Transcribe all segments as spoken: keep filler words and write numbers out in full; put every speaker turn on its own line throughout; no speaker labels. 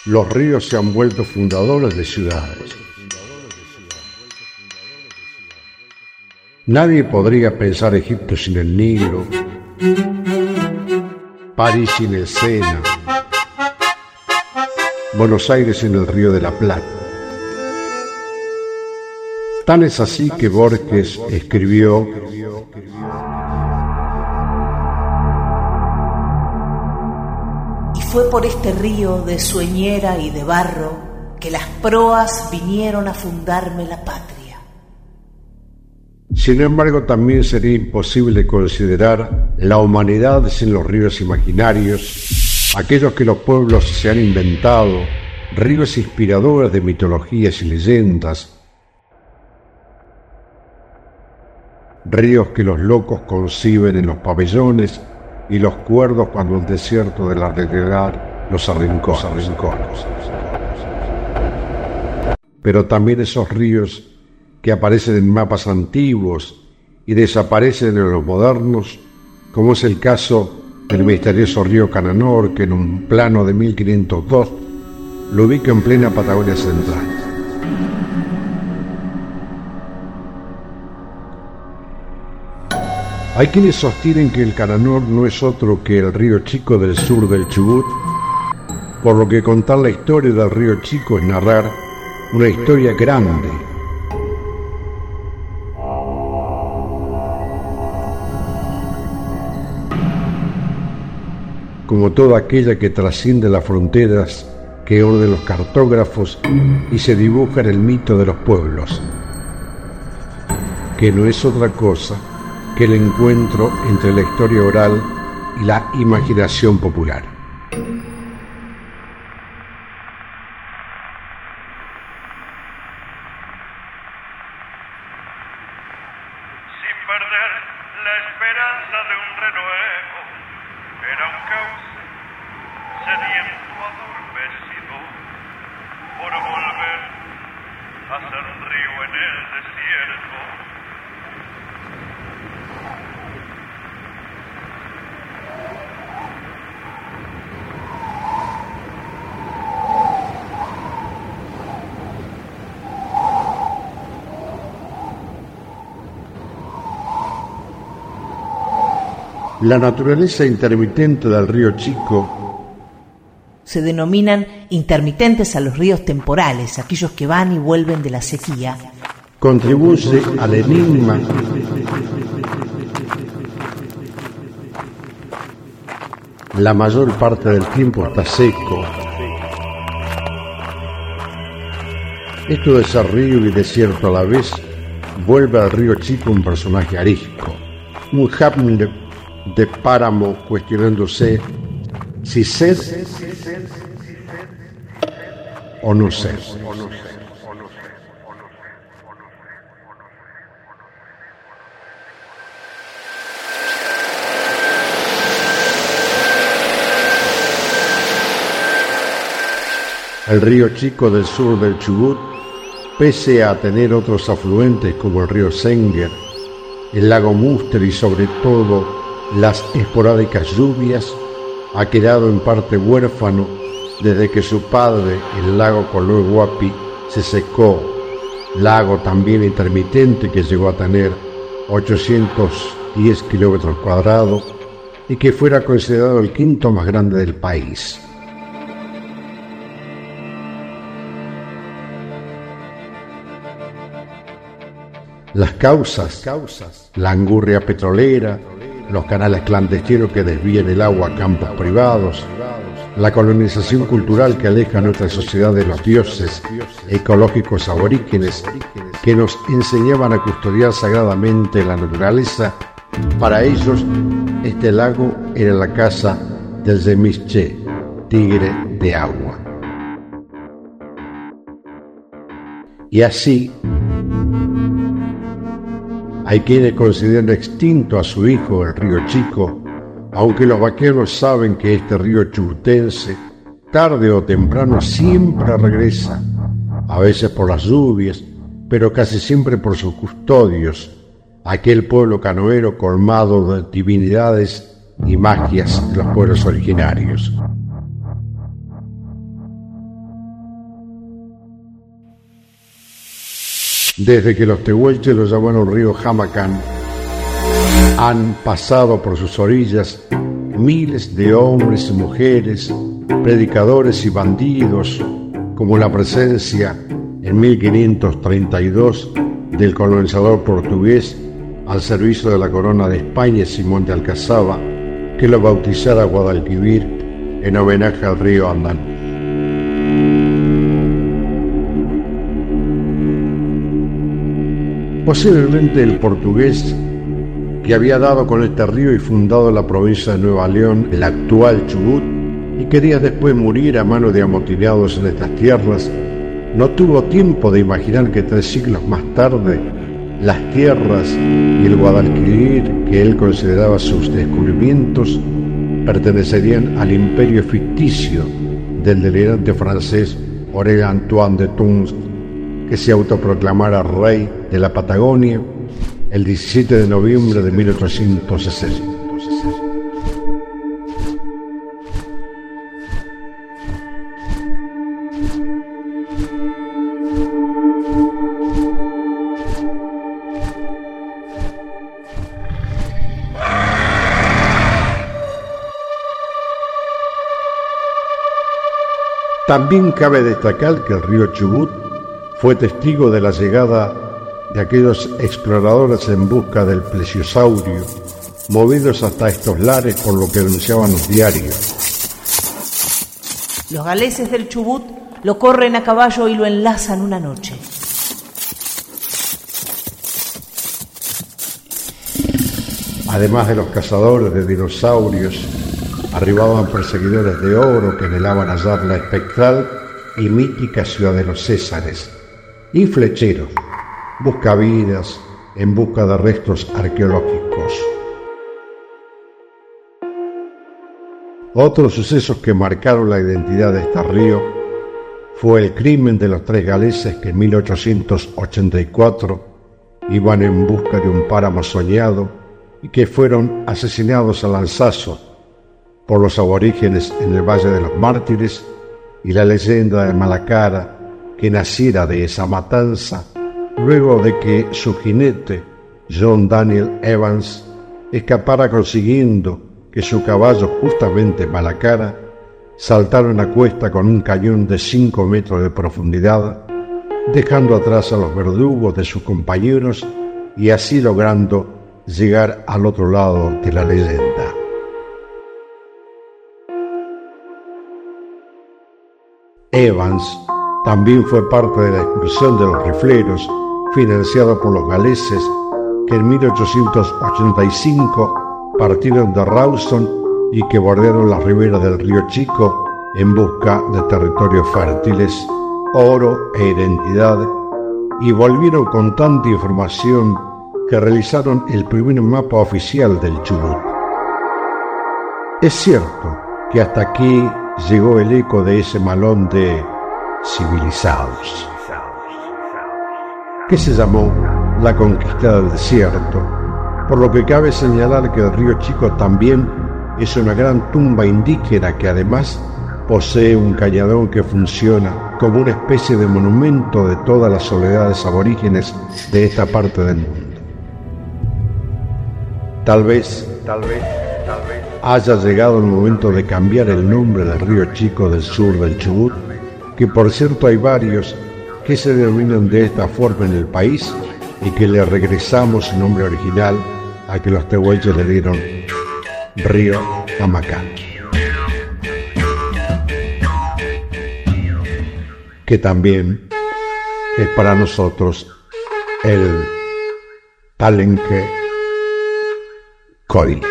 los ríos se han vuelto fundadores de ciudades. Nadie podría pensar Egipto sin el Nilo, París sin el Sena, Buenos Aires sin el Río de la Plata. Tan es así que Borges escribió:
y fue por este río de sueñera y de barro que las proas vinieron a fundarme la patria.
Sin embargo, también sería imposible considerar la humanidad sin los ríos imaginarios, aquellos que los pueblos se han inventado, ríos inspiradores de mitologías y leyendas, ríos que los locos conciben en los pabellones y los cuerdos cuando el desierto de la realidad los arrincona. Pero también esos ríos que aparecen en mapas antiguos y desaparecen en los modernos, como es el caso del misterioso río Cananor, que en un plano de mil quinientos dos lo ubica en plena Patagonia Central. Hay quienes sostienen que el Cananor no es otro que el río Chico del sur del Chubut, por lo que contar la historia del río Chico es narrar una historia grande. Como toda aquella que trasciende las fronteras que orden los cartógrafos y se dibuja en el mito de los pueblos, que no es otra cosa que el encuentro entre la historia oral y la imaginación popular.
Sin perder la esperanza de un renuevo, era un cauce sediento adormecido por volver a ser río en el desierto.
La naturaleza intermitente del río Chico
se denominan intermitentes a los ríos temporales, aquellos que van y vuelven de la sequía.
Contribuye al enigma la mayor parte del tiempo está seco. Esto de ser río y desierto a la vez vuelve al río Chico un personaje arisco, un Hamlet de páramo cuestionándose si ser o no ser. El río Chico del sur del Chubut, pese a tener otros afluentes como el río Senguer, el lago Múster y sobre todo las esporádicas lluvias, ha quedado en parte huérfano desde que su padre, el lago Coloé Huapi, se secó, lago también intermitente que llegó a tener ochocientos diez kilómetros cuadrados y que fuera considerado el quinto más grande del país. Las causas, la angurria petrolera, los canales clandestinos que desvían el agua a campos privados, la colonización cultural que aleja a nuestra sociedad de los dioses ecológicos aborígenes que nos enseñaban a custodiar sagradamente la naturaleza. Para ellos, este lago era la casa del Yemisché, tigre de agua. Y así, hay quienes consideran extinto a su hijo, el río Chico, aunque los vaqueros saben que este río chubutense, tarde o temprano, siempre regresa, a veces por las lluvias, pero casi siempre por sus custodios, aquel pueblo canoero colmado de divinidades y magias de los pueblos originarios. Desde que los tehuelches lo llamaron río Jamacán, han pasado por sus orillas miles de hombres y mujeres, predicadores y bandidos, como la presencia en mil quinientos treinta y dos del colonizador portugués al servicio de la corona de España, Simón de Alcazaba, que lo bautizara Guadalquivir en homenaje al río Andán. Posiblemente el portugués que había dado con este río y fundado la provincia de Nueva León, el actual Chubut, y que días después morir a manos de amotinados en estas tierras, no tuvo tiempo de imaginar que tres siglos más tarde las tierras y el Guadalquivir que él consideraba sus descubrimientos pertenecerían al imperio ficticio del delirante francés Aurélien Antoine de Tours, que se autoproclamara rey de la Patagonia el diecisiete de noviembre de mil ochocientos sesenta. También cabe destacar que el río Chubut fue testigo de la llegada de aquellos exploradores en busca del plesiosaurio, movidos hasta estos lares por lo que denunciaban los diarios.
Los galeses del Chubut lo corren a caballo y lo enlazan una noche.
Además de los cazadores de dinosaurios, arribaban perseguidores de oro que anhelaban hallar la espectral y mítica ciudad de los Césares, y flecheros, buscavidas en busca de restos arqueológicos. Otros sucesos que marcaron la identidad de este río fue el crimen de los tres galeses que en mil ochocientos ochenta y cuatro iban en busca de un páramo soñado y que fueron asesinados a lanzazo por los aborígenes en el Valle de los Mártires, y la leyenda de Malacara que naciera de esa matanza luego de que su jinete, John Daniel Evans, escapara consiguiendo que su caballo, justamente Malacara, saltara una cuesta con un cañón de cinco metros de profundidad, dejando atrás a los verdugos de sus compañeros y así logrando llegar al otro lado de la leyenda. Evans también fue parte de la expulsión de los rifleros, financiado por los galeses, que en mil ochocientos ochenta y cinco partieron de Rawson y que bordearon las riberas del río Chico en busca de territorios fértiles, oro e identidad, y volvieron con tanta información que realizaron el primer mapa oficial del Chubut. Es cierto que hasta aquí llegó el eco de ese malón de civilizados, que se llamó la conquista del desierto, por lo que cabe señalar que el río Chico también es una gran tumba indígena que además posee un cañadón que funciona como una especie de monumento de todas las soledades aborígenes de esta parte del mundo. Tal vez, tal vez, tal vez haya llegado el momento de cambiar el nombre del río Chico del sur del Chubut, que por cierto hay varios que se denominan de esta forma en el país y que le regresamos su nombre original a que los tehuelches le dieron río Jamacán, que también es para nosotros el Palenque Coyle.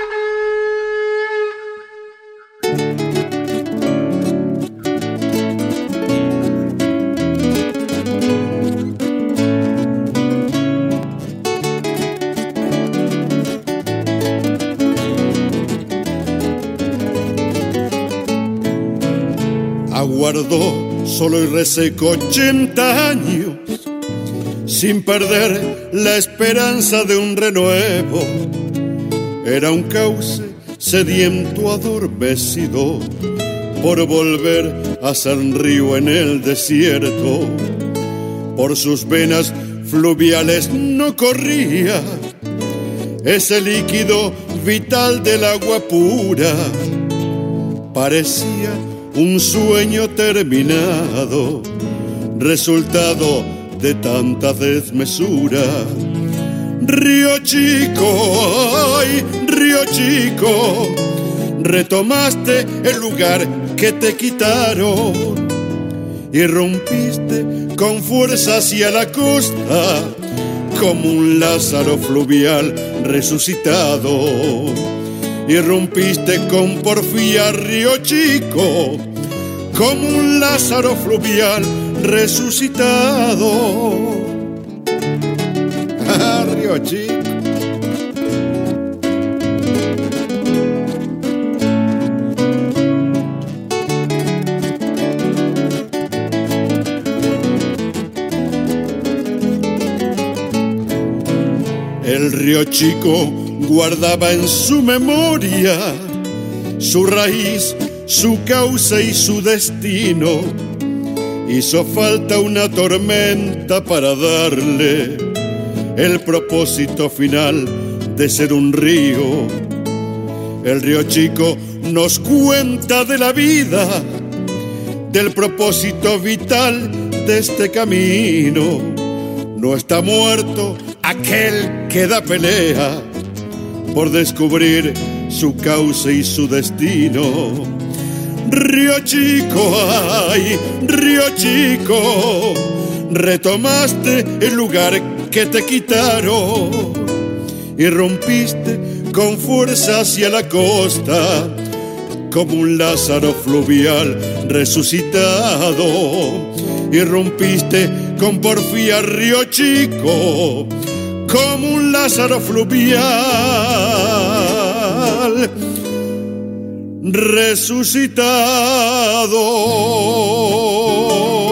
Aguardó solo y reseco ochenta años, sin perder la esperanza de un renuevo. Era un cauce sediento adormecido por volver a ser río en el desierto. Por sus venas fluviales no corría ese líquido vital del agua pura. Parecía un sueño terminado, resultado de tanta desmesura. Río Chico, ay, Río Chico, retomaste el lugar que te quitaron y rompiste con fuerza hacia la costa como un Lázaro fluvial resucitado. Y rompiste con porfía, Río Chico, como un Lázaro fluvial resucitado. Ah, Río Chico. El Río Chico guardaba en su memoria su raíz, su causa y su destino. Hizo falta una tormenta para darle el propósito final de ser un río. El Río Chico nos cuenta de la vida, del propósito vital de este camino. No está muerto aquel que da pelea por descubrir su causa y su destino. Río Chico, ay, Río Chico, retomaste el lugar que te quitaron y rompiste con fuerza hacia la costa como un Lázaro fluvial resucitado. Y rompiste con porfía, Río Chico, como un Lázaro fluvial resucitado.